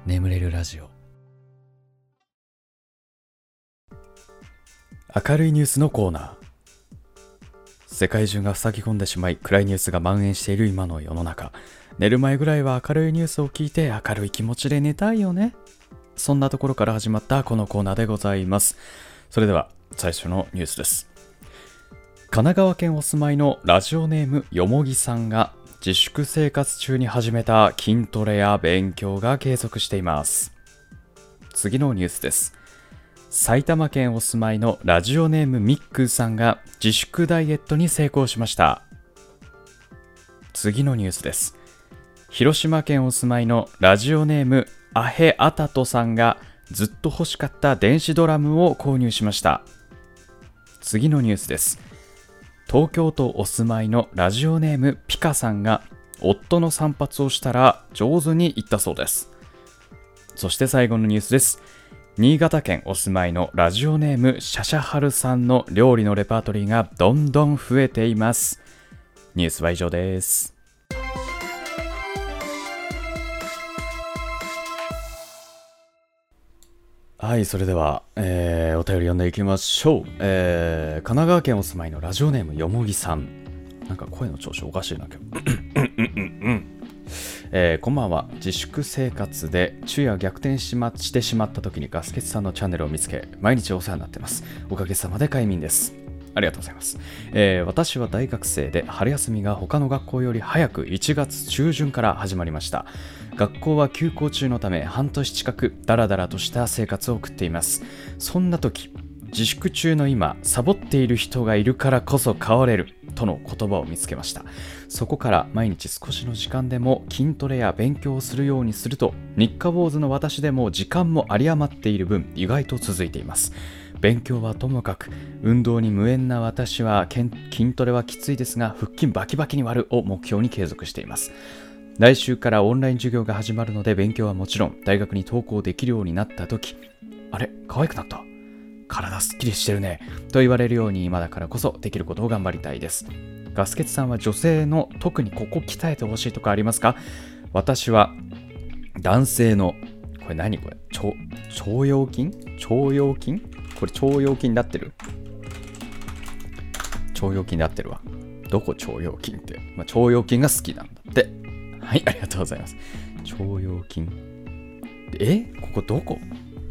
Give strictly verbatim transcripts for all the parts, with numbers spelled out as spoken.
眠れるラジオ。明るいニュースのコーナー。世界中が塞ぎ込んでしまい暗いニュースが蔓延している今の世の中、寝る前ぐらいは明るいニュースを聞いて明るい気持ちで寝たいよね。そんなところから始まったこのコーナーでございます。それでは最初のニュースです。神奈川県お住まいのラジオネームよもぎさんが自粛生活中に始めた筋トレや勉強が継続しています。次のニュースです。埼玉県お住まいのラジオネームミックーさんが自粛ダイエットに成功しました。次のニュースです。広島県お住まいのラジオネームアヘアタトさんがずっと欲しかった電子ドラムを購入しました。次のニュースです。東京都お住まいのラジオネームピカさんが夫の散髪をしたら上手にいったそうです。そして最後のニュースです。新潟県お住まいのラジオネームシャシャハルさんの料理のレパートリーがどんどん増えています。ニュースは以上です。はい、それでは、えー、お便り読んでいきましょう。えー、神奈川県お住まいのラジオネームよもぎさん。なんか声の調子おかしいな今日。えー、こんばんは。自粛生活で昼夜逆転し,、ま、してしまった時にガスケツさんのチャンネルを見つけ、毎日お世話になっています。おかげさまで快眠です。ありがとうございます。えー、私は大学生で春休みが他の学校より早くいちがつ中旬から始まりました。学校は休校中のため半年近くダラダラとした生活を送っています。そんな時、自粛中の今サボっている人がいるからこそ変われるとの言葉を見つけました。そこから毎日少しの時間でも筋トレや勉強をするようにすると、日課坊主の私でも時間も有り余っている分意外と続いています。勉強はともかく運動に無縁な私は筋トレはきついですが腹筋バキバキに割るを目標に継続しています。来週からオンライン授業が始まるので勉強はもちろん、大学に登校できるようになった時、あれ可愛くなった、体すっきりしてるねと言われるように今だからこそできることを頑張りたいです。ガスケツさんは女性の特にここ鍛えてほしいとかありますか？私は男性のこれ何これ腸腰筋腸腰筋これ腸腰筋になってる腸腰筋になってるわ。どこ腸腰筋って、まあ、腸腰筋が好きなんだって。はい、ありがとうございます。腸腰筋えここどこ？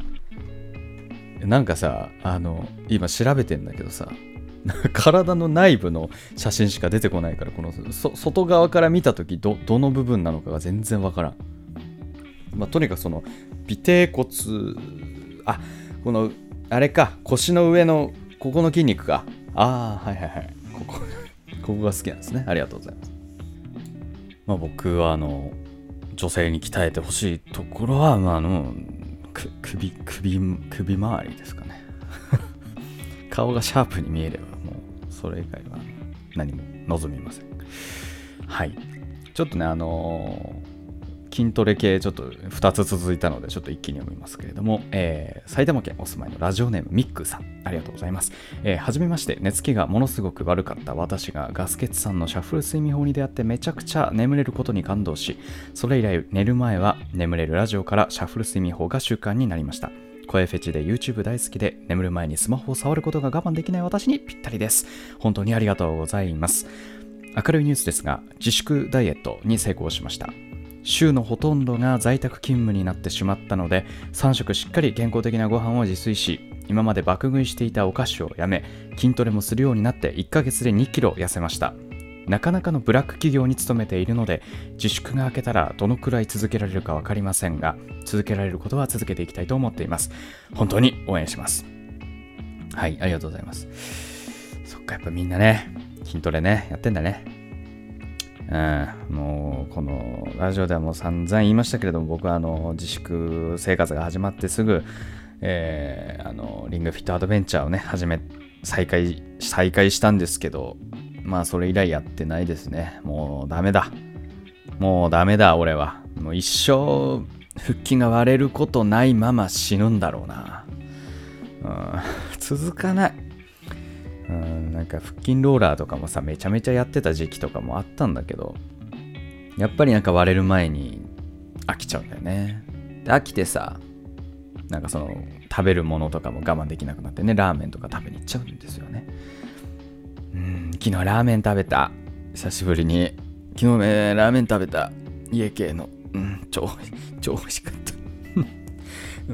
なんかさ、あの今調べてんだけどさ、体の内部の写真しか出てこないから、このそ外側から見たとき ど, どの部分なのかが全然わからん。まあ、とにかくその尾てい骨、あ、このあれか、腰の上のここの筋肉か。ああ、はいはいはい。ここここが好きなんですね。ありがとうございます。まあ、僕はあの女性に鍛えてほしいところは、まあ、あの首首首周りですかね。顔がシャープに見えればもうそれ以外は何も望みません。はい。ちょっとね、あのー、筋トレ系ちょっとふたつ続いたのでちょっと一気に読みますけれども、えー、埼玉県お住まいのラジオネームミックーさん、ありがとうございます。えー、はじめまして。寝つきがものすごく悪かった私がガスケツさんのシャッフル睡眠法に出会ってめちゃくちゃ眠れることに感動し、それ以来寝る前は眠れるラジオからシャッフル睡眠法が習慣になりました。声フェチで YouTube 大好きで、眠る前にスマホを触ることが我慢できない私にぴったりです。本当にありがとうございます。明るいニュースですが、自粛ダイエットに成功しました。週のほとんどが在宅勤務になってしまったので、さん食しっかり健康的なご飯を自炊し、今まで爆食いしていたお菓子をやめ、筋トレもするようになっていっかげつでにキロ痩せました。なかなかのブラック企業に勤めているので、自粛が明けたらどのくらい続けられるか分かりませんが、続けられることは続けていきたいと思っています。本当に応援します。はい、ありがとうございます。そっか、やっぱみんなね、筋トレね、やってんだね。うん、もうこのラジオではもう散々言いましたけれども、僕はあの自粛生活が始まってすぐ、えー、あのリングフィットアドベンチャーをね始め再開再開したんですけど、まあそれ以来やってないですね。もうダメだもうダメだ俺は。もう一生腹筋が割れることないまま死ぬんだろうな。うん、続かない。うん、なんか腹筋ローラーとかもさ、めちゃめちゃやってた時期とかもあったんだけど、やっぱりなんか割れる前に飽きちゃうんだよね。 で飽きてさ、なんかその食べるものとかも我慢できなくなってね、ラーメンとか食べに行っちゃうんですよね。うん、昨日ラーメン食べた。久しぶりに。昨日ね、ラーメン食べた。家系の。うん、超、超美味しかった。うん、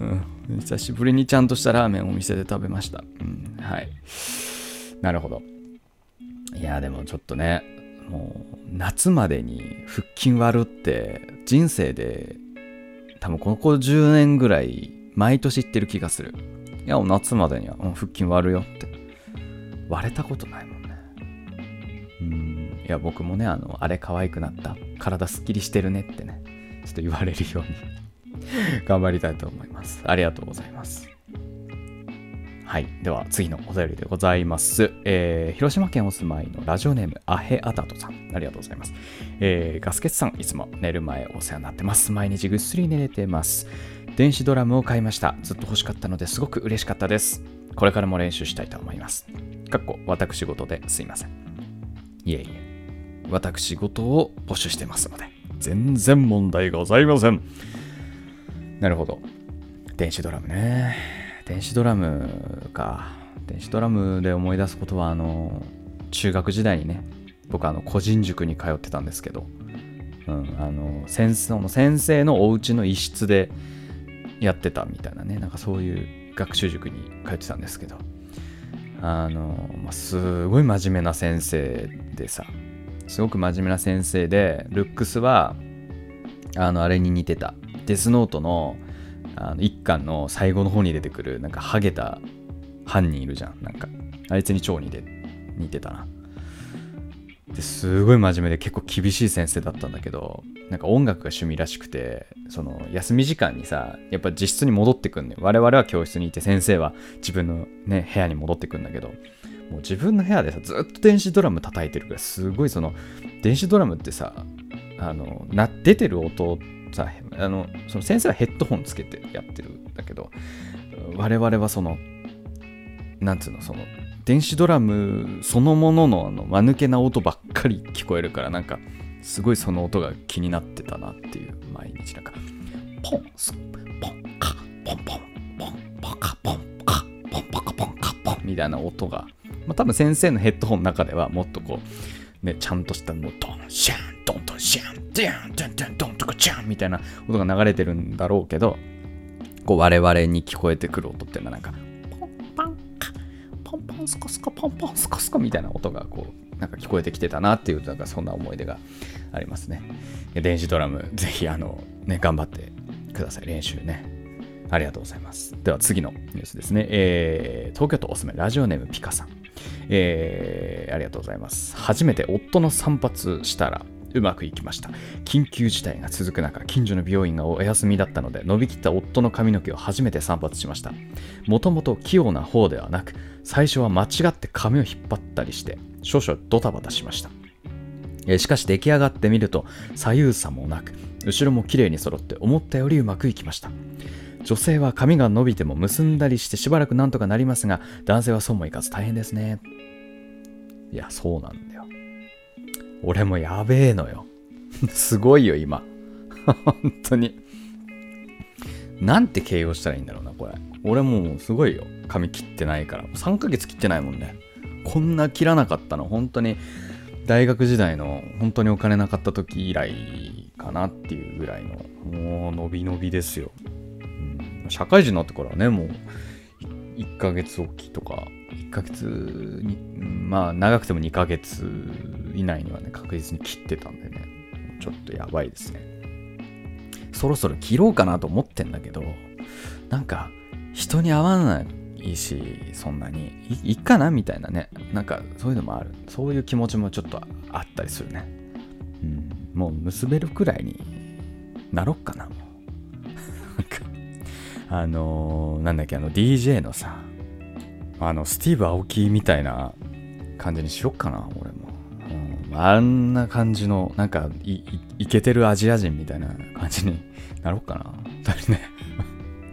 久しぶりにちゃんとしたラーメンをお店で食べました。うん、はい。なるほど。いや、でもちょっとね、もう夏までに腹筋割るって人生で多分ここじゅうねんぐらい毎年言ってる気がする。いや、夏までには腹筋割るよって。割れたことないもんね。うん。いや、僕もね、あの、あれ可愛くなった。体すっきりしてるねってね、ちょっと言われるように頑張りたいと思います。ありがとうございます。はい。では、次のお便りでございます。えー、広島県お住まいのラジオネーム、アヘアタトさん。ありがとうございます。えー、ガスケツさん、いつも寝る前お世話になってます。毎日ぐっすり寝れてます。電子ドラムを買いました。ずっと欲しかったのですごく嬉しかったです。これからも練習したいと思います。かっこ私事ですいません。いえいえ、私事を募集してますので、全然問題ございません。なるほど。電子ドラムね。電子ドラムか。電子ドラムで思い出すことは、あの、中学時代にね、僕あの、個人塾に通ってたんですけど、うん、あの、先生の先生のお家の一室でやってたみたいなね、なんかそういう学習塾に通ってたんですけど、あの、まあ、すごい真面目な先生でさ、すごく真面目な先生で、ルックスは、あの、あれに似てた。デスノートの、あの一巻の最後の方に出てくるなんかハゲた犯人いるじゃん。なんかあいつに超似て似てたな。ですごい真面目で結構厳しい先生だったんだけど、なんか音楽が趣味らしくて、その休み時間にさ、やっぱ自室に戻ってくんね。我々は教室にいて、先生は自分のね部屋に戻ってくんだけど、もう自分の部屋でさずっと電子ドラム叩いてるから、すごいその電子ドラムってさ、あのな出てる音さ、あのその先生はヘッドホンつけてやってるんだけど、我々はそのなんつうの、その電子ドラムそのもののあの間抜けな音ばっかり聞こえるから、なんかすごいその音が気になってたなっていう。毎日なんかポンスポンカポンポンポンポカポンカポンポカポンカポンみたいな音が、まあ、多分先生のヘッドホンの中ではもっとこうね、ちゃんとしたもうドンシャンドンドンシャンデャンデンデンドンとかチャンみたいな音が流れてるんだろうけど、こう我々に聞こえてくる音っていうのはなんかポンパンカポンポンスコスコポンポンスコスコみたいな音がこうなんか聞こえてきてたなっていう、なんかそんな思い出がありますね。電子ドラムぜひあのね頑張ってください。練習ね。ありがとうございます。では次のニュースですね。えー、東京都お住まいラジオネームピカさん。えー、ありがとうございます。初めて夫の散髪したらうまくいきました。緊急事態が続く中、近所の美容院がお休みだったので、伸びきった夫の髪の毛を初めて散髪しました。もともと器用な方ではなく、最初は間違って髪を引っ張ったりして、少々ドタバタしました。えー、しかし出来上がってみると、左右差もなく、後ろも綺麗に揃って思ったよりうまくいきました。女性は髪が伸びても結んだりしてしばらくなんとかなりますが、男性はそうもいかず大変ですね。いや、そうなんだよ。俺もやべえのよ。すごいよ、今。本当に。なんて形容したらいいんだろうな、これ。俺もうすごいよ。髪切ってないから。さんかげつ切ってないもんね。こんな切らなかったの、本当に大学時代の本当にお金なかった時以来かなっていうぐらいの、もう伸び伸びですよ。うん、社会人になってからね、もういっかげつおきとか、いっかげつに、まあ長くてもにかげつ以内にはね、確実に切ってたんでね、ちょっとやばいですね。そろそろ切ろうかなと思ってんだけど、なんか人に合わないし、そんなに い, いっかなみたいなね、なんかそういうのもある。そういう気持ちもちょっとあったりするね。うん、もう結べるくらいになろっかな、もう。なんかあのー、なんだっけ、あの ディージェー のさ、あのスティーブ・アオキみたいな感じにしよっかな、俺も。うん、あんな感じの、なんかい、い、イケてるアジア人みたいな感じになろうかな。だね。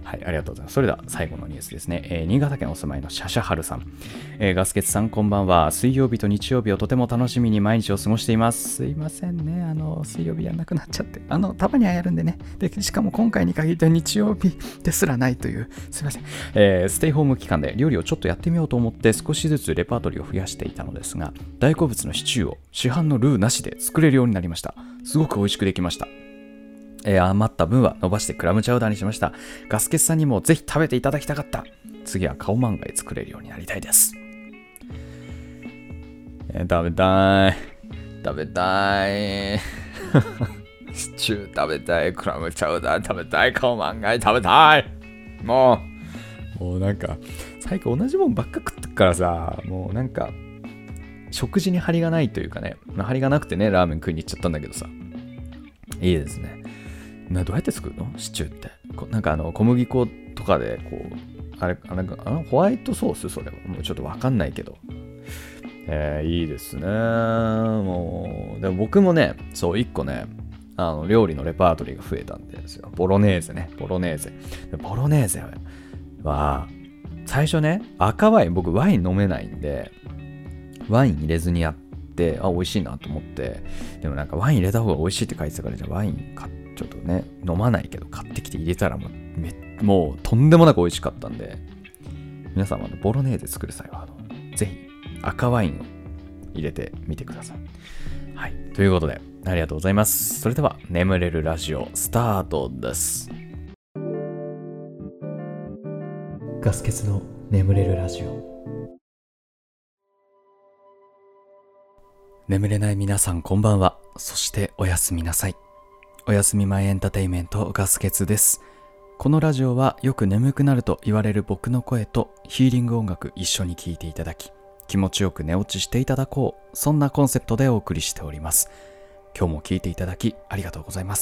はい、ありがとうございます。それでは最後のニュースですね。えー、新潟県お住まいのシャシャハルさん、えー、ガスケツさんこんばんは。水曜日と日曜日をとても楽しみに毎日を過ごしています。すいませんね、あの水曜日やんなくなっちゃって、あのたまにはやるんでね。でしかも今回に限って日曜日ですらないという、すいません、えー、ステイホーム期間で料理をちょっとやってみようと思って少しずつレパートリーを増やしていたのですが、大好物のシチューを市販のルーなしで作れるようになりました。すごく美味しくできました。えー、余った分は伸ばしてクラムチャウダーにしました。ガスケツさんにもぜひ食べていただきたかった。次はカオマンガイ作れるようになりたいです。えー、食べたい食べたいシチュー食べたい、クラムチャウダー食べたい、カオマンガイ食べたい。もうもうなんか最近同じもんばっか食ってっからさ、もうなんか食事に張りがないというかね、張りがなくてね、ラーメン食いに行っちゃったんだけどさ、いいですね。などうやって作るのシチューって。なんかあの小麦粉とかでこうあれあれあのホワイトソース、それはもうちょっとわかんないけど、えー、いいですね。もうでも僕もね、そう一個ね、あの料理のレパートリーが増えたんですよ。ボロネーゼね、ボロネーゼ。ボロネーゼは最初ね、赤ワイン、僕ワイン飲めないんでワイン入れずにやって、あ美味しいなと思って、でもなんかワイン入れた方が美味しいって書いてたから、じゃあワイン買って。ちょっとね、飲まないけど買ってきて入れたらもう、めもうとんでもなく美味しかったんで、皆さんはボロネーゼ作る際はあのぜひ赤ワインを入れてみてください。はい、ということでありがとうございます。それでは眠れるラジオスタートです。ガスケツの眠れるラジオ。眠れない皆さんこんばんは。そしておやすみなさい。おやすみ前エンターテイメントガスケツです。このラジオはよく眠くなると言われる僕の声とヒーリング音楽一緒に聴いていただき、気持ちよく寝落ちしていただこう、そんなコンセプトでお送りしております。今日も聴いていただきありがとうございます。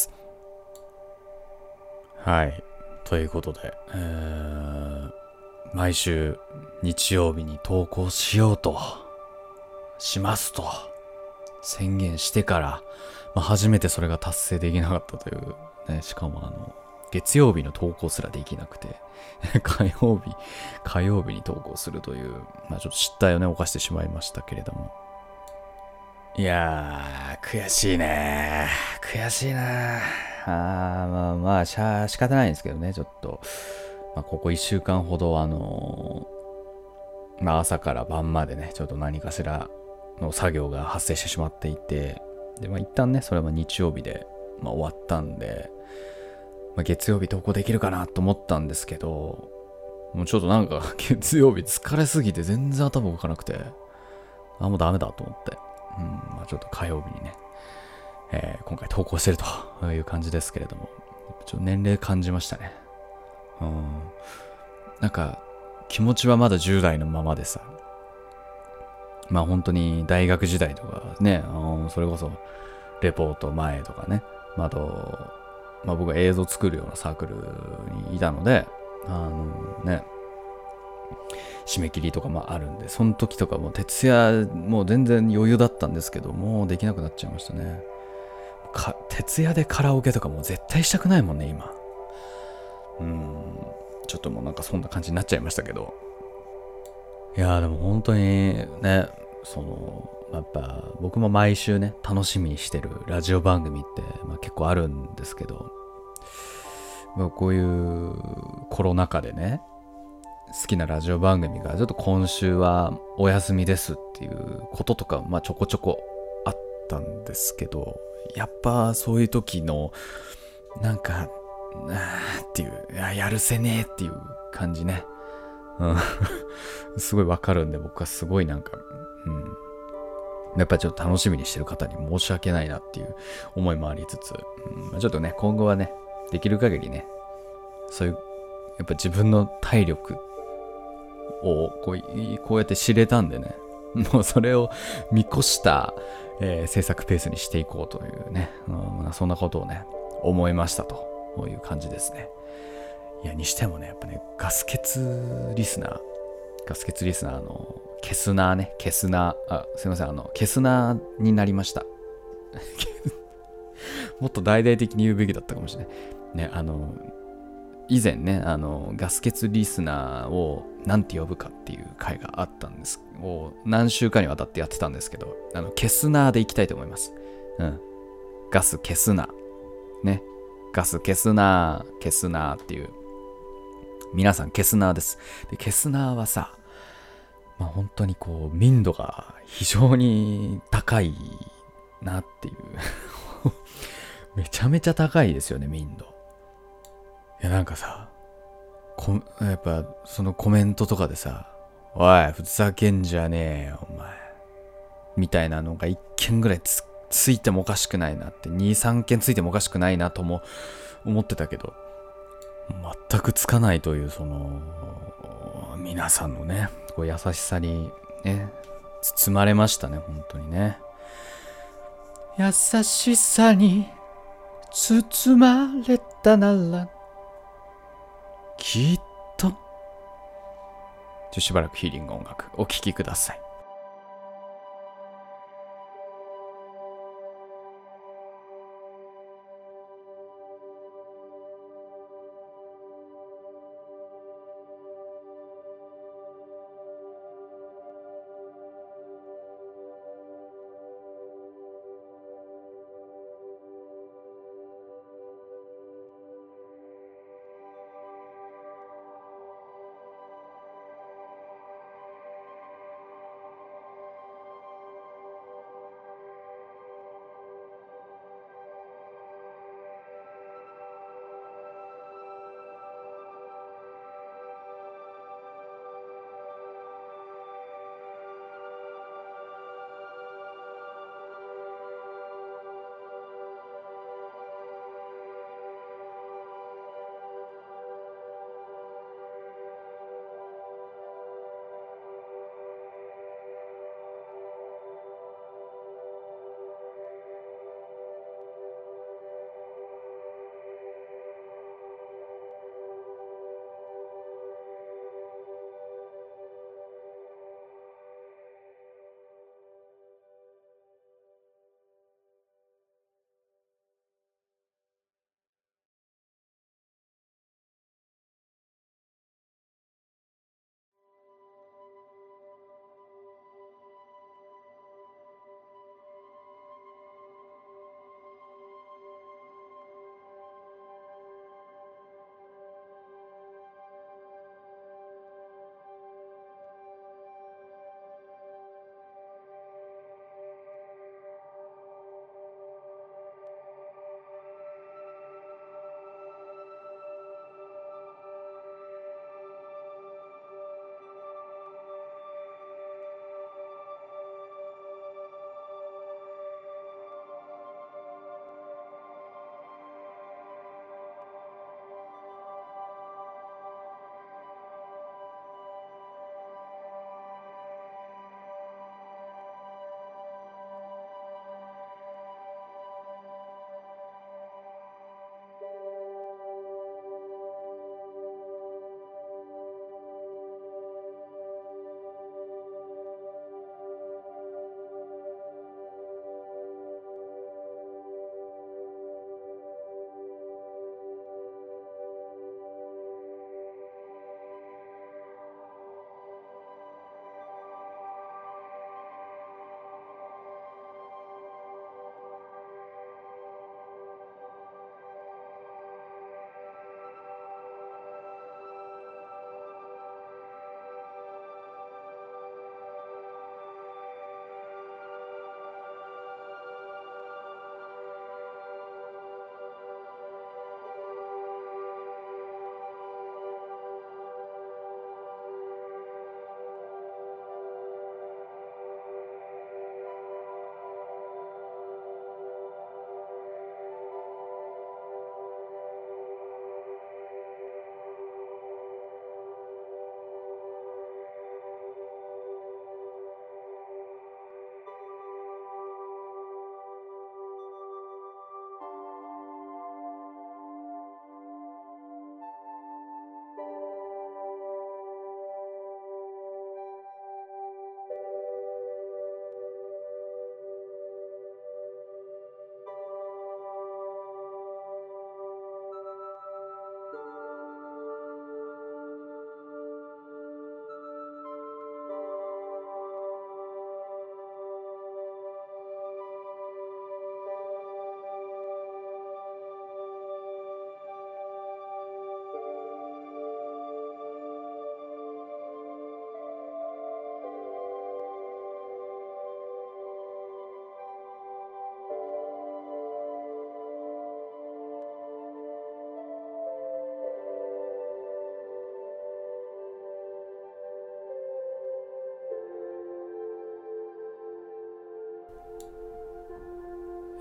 はい、ということで、えー、毎週日曜日に投稿しようとしますと宣言してからまあ、初めてそれが達成できなかったという、ね、しかもあの月曜日の投稿すらできなくて火曜日火曜日に投稿するという、まあ、ちょっと失態をね犯してしまいましたけれども、いやー悔しいね悔しいなあーまあまあしゃ仕方ないんですけどね、ちょっと、まあ、ここいっしゅうかんほどあのー、まあ朝から晩までねちょっと何かしらの作業が発生してしまっていて、で、まあ、一旦ね、それは日曜日で、まあ、終わったんで、まあ、月曜日投稿できるかなと思ったんですけど、もうちょっとなんか月曜日疲れすぎて全然頭動かなくて、あ、もうダメだと思って、うん、まあちょっと火曜日にね、えー、今回投稿してるという感じですけれども、ちょっと年齢感じましたね。うん、なんか気持ちはまだじゅう代のままでさ、まあ本当に大学時代とかね、あのそれこそレポート前とかね、まあ、あと、まあ、僕は映像作るようなサークルにいたので、あのね、締め切りとかもあるんで、その時とかも徹夜もう全然余裕だったんですけど、もうできなくなっちゃいましたね。か徹夜でカラオケとかもう絶対したくないもんね今。うーん、ちょっともうなんかそんな感じになっちゃいましたけど、いやーでも本当にね、そのやっぱ僕も毎週ね楽しみにしてるラジオ番組って、まあ、結構あるんですけど、まあ、こういうコロナ禍でね好きなラジオ番組がちょっと今週はお休みですっていうこととか、まあ、ちょこちょこあったんですけど、やっぱそういう時のなんかあーっていう、や、やるせねえっていう感じね、うん、すごいわかるんで、僕はすごいなんか、うん、やっぱりちょっと楽しみにしてる方に申し訳ないなっていう思いもありつつ、うん、ちょっとね今後はねできる限りねそういうやっぱ自分の体力をこう、こうやって知れたんでね、もうそれを見越した、えー、制作ペースにしていこうというね、うん、そんなことをね思いましたという感じですね。いやにしてもねやっぱねガス欠リスナーガス欠リスナーのケスナーねケスナーあすいませんあのケスナーになりましたもっと大々的に言うべきだったかもしれないね。あの以前ね、あのガス欠リスナーをなんて呼ぶかっていう回があったんですを何週間にわたってやってたんですけど、あの消すなーでいきたいと思います。うん。ガス消すな。ね。ガス消すなー、消すなーっていう。皆さん消すなーです。で、消すなーはさ、まあ本当にこう、民度が非常に高いなっていう。めちゃめちゃ高いですよね、民度。いや、なんかさ、こやっぱそのコメントとかでさ、おい、ふざけんじゃねえよ、お前。みたいなのが一件ぐらい つ, ついてもおかしくないなって、に、さんけんついてもおかしくないなとも思ってたけど、全くつかないという、その、皆さんのね、こう優しさにね、包まれましたね、本当にね。優しさに包まれたなら、きっと。ちょしばらくヒーリング音楽お聴きください。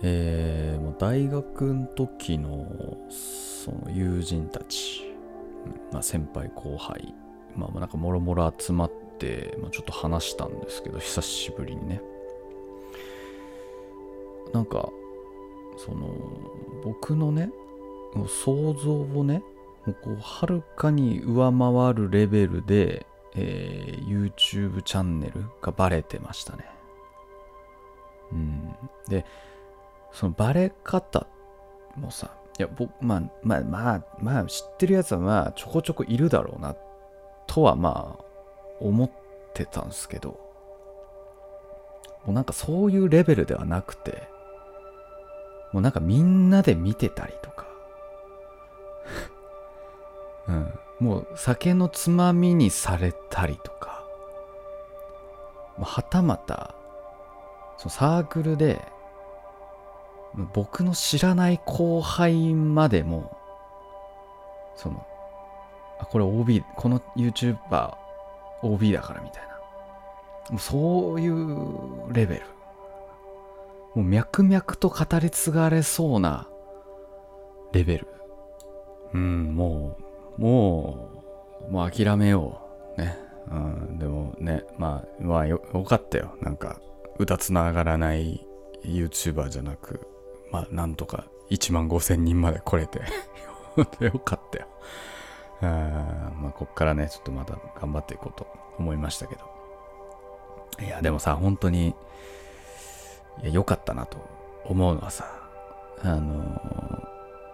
えー、もう大学の時のその友人たち、まあ、先輩後輩、まあなんかもろもろ集まって、まあ、ちょっと話したんですけど、久しぶりにね。なんかその僕のね想像をねもうこうはるかに上回るレベルで、えー、YouTube チャンネルがバレてましたね。うん。でそのバレ方もさ、いや僕まあまあまあまあ知ってるやつはまあちょこちょこいるだろうなとはまあ思ってたんですけど、もうなんかそういうレベルではなくて、もうなんかみんなで見てたりとか、うん、もう酒のつまみにされたりとか、はたまたそのサークルで僕の知らない後輩までもそのあこれ オービー この YouTuber オービー だからみたいな、もうそういうレベル、もう脈々と語り継がれそうなレベル。うん、もうもうもう諦めようね。うん、でもね、まあまあ よ, よかったよ。なんかうだつながらない YouTuber じゃなく、まあなんとかいちまんごせんにんまで来れてよかったよ。あまあこっからねちょっとまた頑張っていこうと思いましたけど、いやでもさ本当にいや良かったなと思うのはさ、あのー、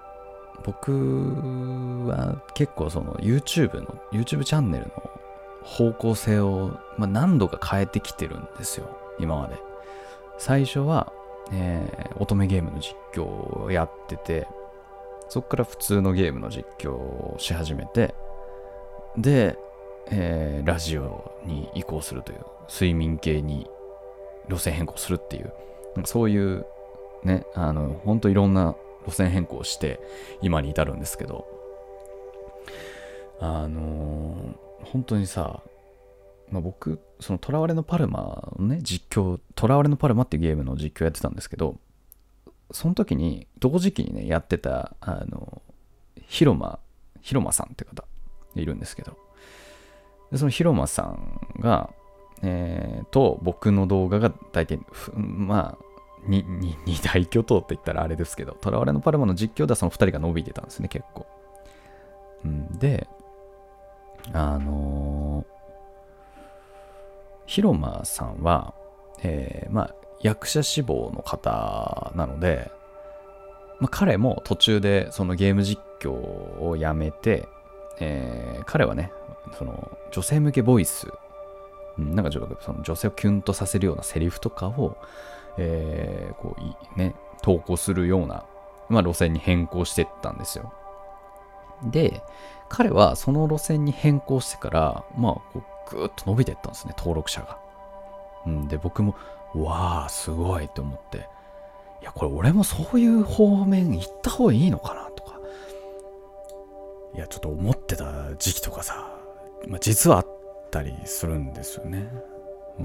僕は結構その YouTube の YouTube チャンネルの方向性を、まあ、何度か変えてきてるんですよ今まで。最初は、えー、乙女ゲームの実況をやってて、そっから普通のゲームの実況をし始めて、で、えー、ラジオに移行するという、睡眠系に路線変更するっていう、そういうね、あの本当いろんな路線変更をして今に至るんですけど、あのー、本当にさ、まあ、僕その囚われのパルマのね実況、囚われのパルマっていうゲームの実況やってたんですけど、その時に同時期にねやってたあの広間広間さんって方いるんですけど、でその広間さんが、えー、と僕の動画が大体まあにに二大巨頭って言ったらあれですけど、囚われのパルマの実況ではそのふたりが伸びてたんですね結構。うん、であのー、広間さんは、えー、まあ役者志望の方なので、まあ、彼も途中でそのゲーム実況をやめて、えー、彼はねその女性向けボイス、うん、なんかちょっとその女性をキュンとさせるようなセリフとかを、えー、こうね投稿するような、まあ、路線に変更していったんですよ。で彼はその路線に変更してからまあこうぐーっと伸びていったんですね登録者が。うん、で僕もわあすごいと思って、いやこれ俺もそういう方面行った方がいいのかなとか、いやちょっと思ってた時期とかさ、まあ、実はあったりするんですよね。うん、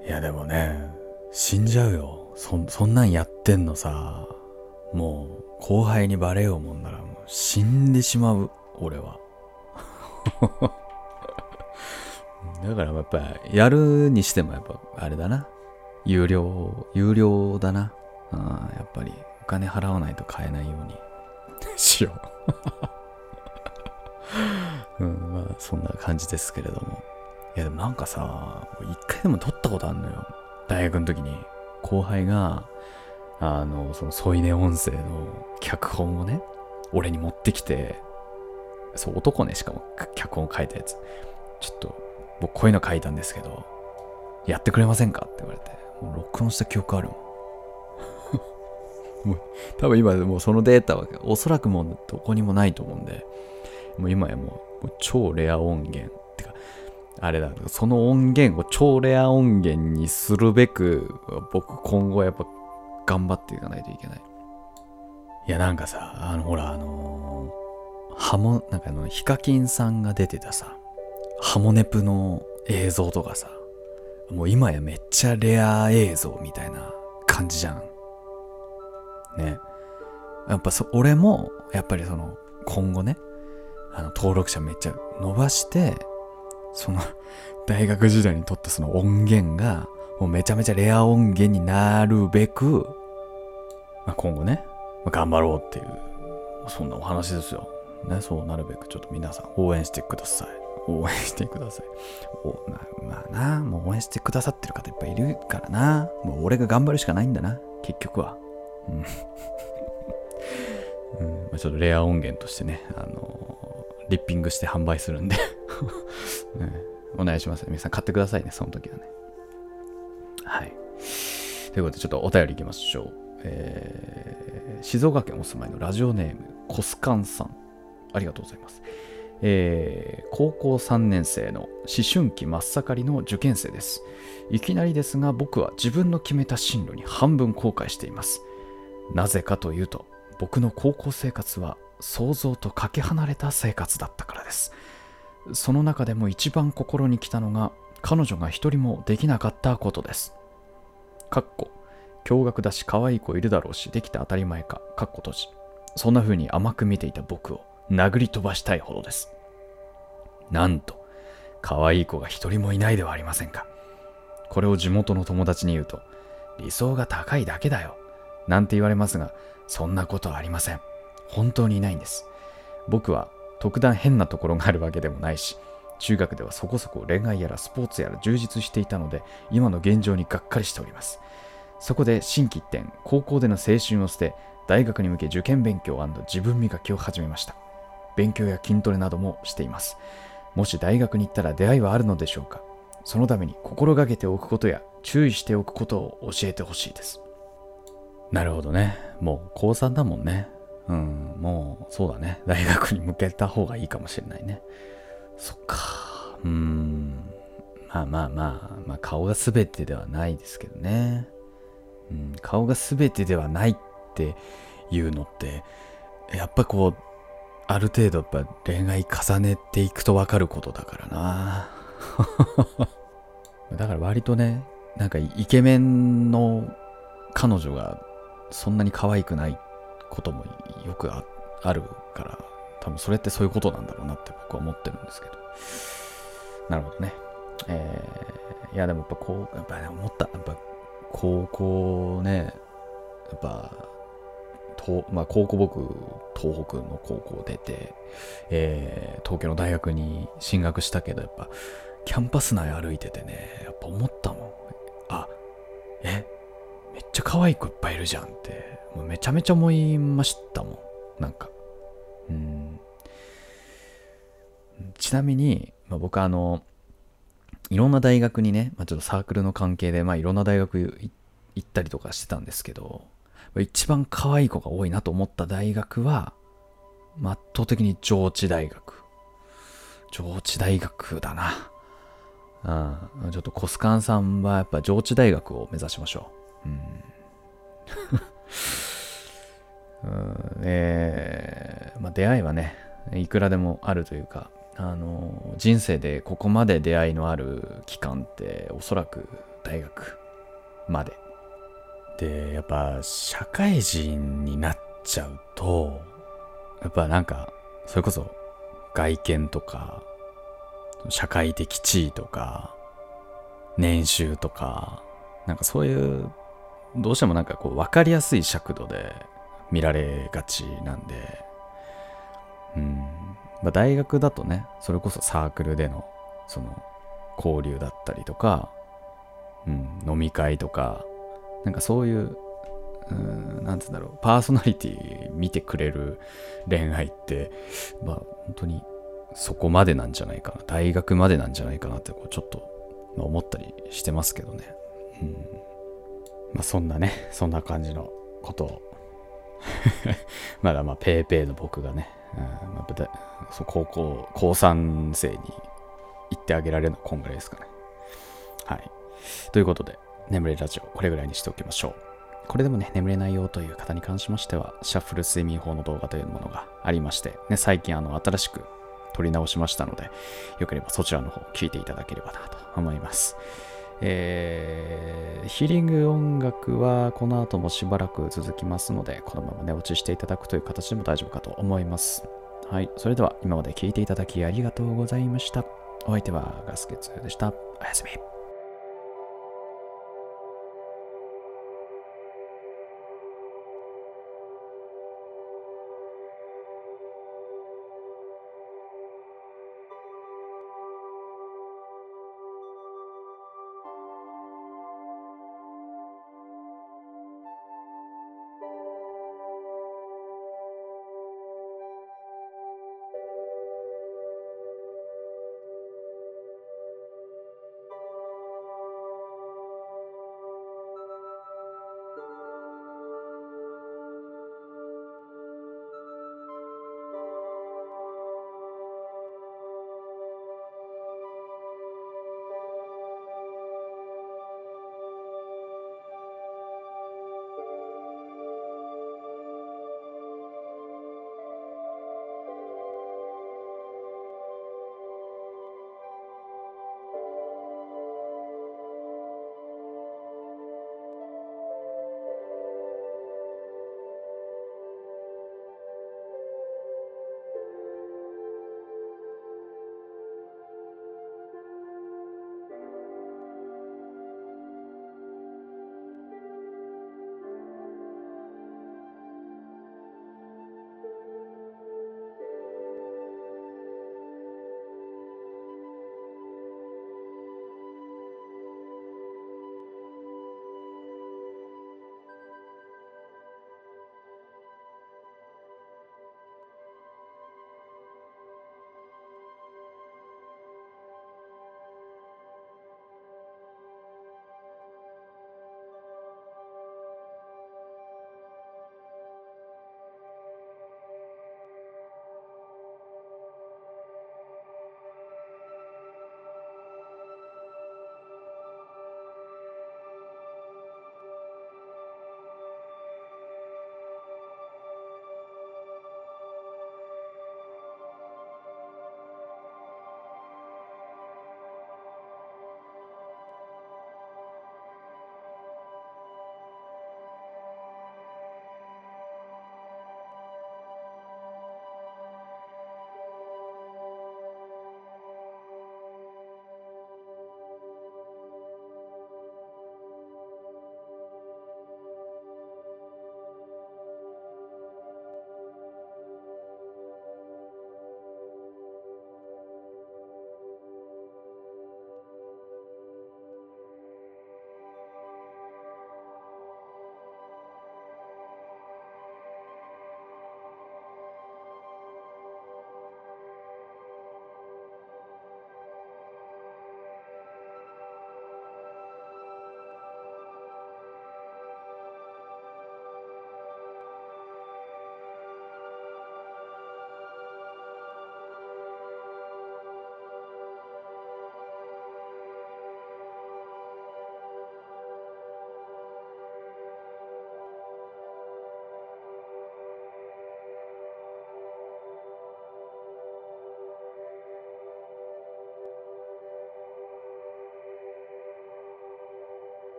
いやでもね死んじゃうよ。 そ, そんなんやってんのさ、もう後輩にバレようもんならもう死んでしまう俺はだからやっぱやるにしてもやっぱあれだな、有料有料だな。あやっぱりお金払わないと買えないようにしよう、うん、まあそんな感じですけれども、いやでもなんかさ一回でも撮ったことあるのよ大学の時に。後輩があのその添い寝音声の脚本をね俺に持ってきて、そう男ねしかも脚本書いたやつ、ちょっと僕こういうの書いたんですけどやってくれませんかって言われて、もう録音した記憶あるもんもう多分今もうそのデータはおそらくもうどこにもないと思うんで、もう今やもう、もう超レア音源ってかあれだ、その音源を超レア音源にするべく僕今後やっぱ頑張っていかないといけない。いやなんかさあのほらあのー、ハモなんかあのヒカキンさんが出てたさハモネプの映像とかさ、もう今やめっちゃレア映像みたいな感じじゃん。 ね。やっぱそ俺もやっぱりその今後ね、あの登録者めっちゃ伸ばして、その大学時代に撮ったその音源がもうめちゃめちゃレア音源になるべく、まあ、今後ね、まあ、頑張ろうっていう、そんなお話ですよ。ね、そうなるべくちょっと皆さん応援してください。応援してください。おまあ、まあな、もう応援してくださってる方いっぱいいるからな。もう俺が頑張るしかないんだな、結局は。うん。うん、まあ、ちょっとレア音源としてね、あのー、リッピングして販売するんで、ね、お願いします。皆さん買ってくださいね、その時はね。はい。ということで、ちょっとお便りいきましょう。えー、静岡県お住まいのラジオネーム、コスカンさん。ありがとうございます。えー、高校さんねん生の思春期真っ盛りの受験生です。いきなりですが、僕は自分の決めた進路に半分後悔しています。なぜかというと、僕の高校生活は想像とかけ離れた生活だったからです。その中でも一番心に来たのが、彼女が一人もできなかったことです。かっこ驚愕だし可愛い子いるだろうしできて当たり前か、かっこ閉じ。そんな風に甘く見ていた僕を殴り飛ばしたいほどです。なんと可愛い子が一人もいないではありませんか。これを地元の友達に言うと、理想が高いだけだよなんて言われますが、そんなことはありません。本当にいないんです。僕は特段変なところがあるわけでもないし、中学ではそこそこ恋愛やらスポーツやら充実していたので、今の現状にがっかりしております。そこで心機一転、高校での青春を捨て、大学に向け受験勉強&自分磨きを始めました。勉強や筋トレなどもしています。もし大学に行ったら出会いはあるのでしょうか。そのために心がけておくことや注意しておくことを教えてほしいです。なるほどね。もう高さんだもんね。うん、もうそうだね。大学に向けた方がいいかもしれないね。そっか。うーん。まあまあまあ、まあ顔が全てではないですけどね。うん、顔が全てではないっていうのって、やっぱこう、ある程度やっぱ恋愛重ねていくと分かることだからな。だから割とね、なんかイケメンの彼女がそんなに可愛くないこともよく あ, あるから、多分それってそういうことなんだろうなって僕は思ってるんですけど。なるほどね。えー、いやでもやっぱこう、やっぱね、思った。やっぱ高校ね、やっぱ、とまあ、高校僕、東北の高校出て、えー、東京の大学に進学したけど、やっぱキャンパス内歩いててね、やっぱ思ったもん。あ、え、めっちゃ可愛い子いっぱいいるじゃんって、もうめちゃめちゃ思いましたもん。なんか。うん。ちなみに、まあ、僕はあの、いろんな大学にね、まあ、ちょっとサークルの関係で、まあ、いろんな大学行ったりとかしてたんですけど、一番可愛い子が多いなと思った大学は、まあ、圧倒的に上智大学。上智大学だな。うん、ちょっとコスカンさんはやっぱ上智大学を目指しましょう。うんうんえーまあ、出会いはね、いくらでもあるというか、あの人生でここまで出会いのある期間っておそらく大学までで、やっぱ社会人になっちゃうと、やっぱなんかそれこそ外見とか社会的地位とか年収とか、なんかそういうどうしてもなんかこう分かりやすい尺度で見られがちなんで、うんまあ、大学だとね、それこそサークルでのその交流だったりとか、うん、飲み会とか、なんかそういう、うん、なんつうんだろう、パーソナリティ見てくれる恋愛って、まあ本当にそこまでなんじゃないかな、大学までなんじゃないかなってこうちょっと、まあ、思ったりしてますけどね。うん、まあそんなね、そんな感じのことをまだまあペーペーの僕がね、うんまあ、そう高校高さん生に言ってあげられるのはこんぐらいですかね。はい。ということで、眠れラジオこれぐらいにしておきましょう。これでもね、眠れないよという方に関しましては、シャッフル睡眠法の動画というものがありまして、ね、最近あの新しく撮り直しましたので、よければそちらの方を聞いていただければなと思います。 えーヒーリング音楽はこの後もしばらく続きますので、このまま寝落ちしていただくという形でも大丈夫かと思います。はい。それでは今まで聞いていただきありがとうございました。お相手はガスケツでした。おやすみ。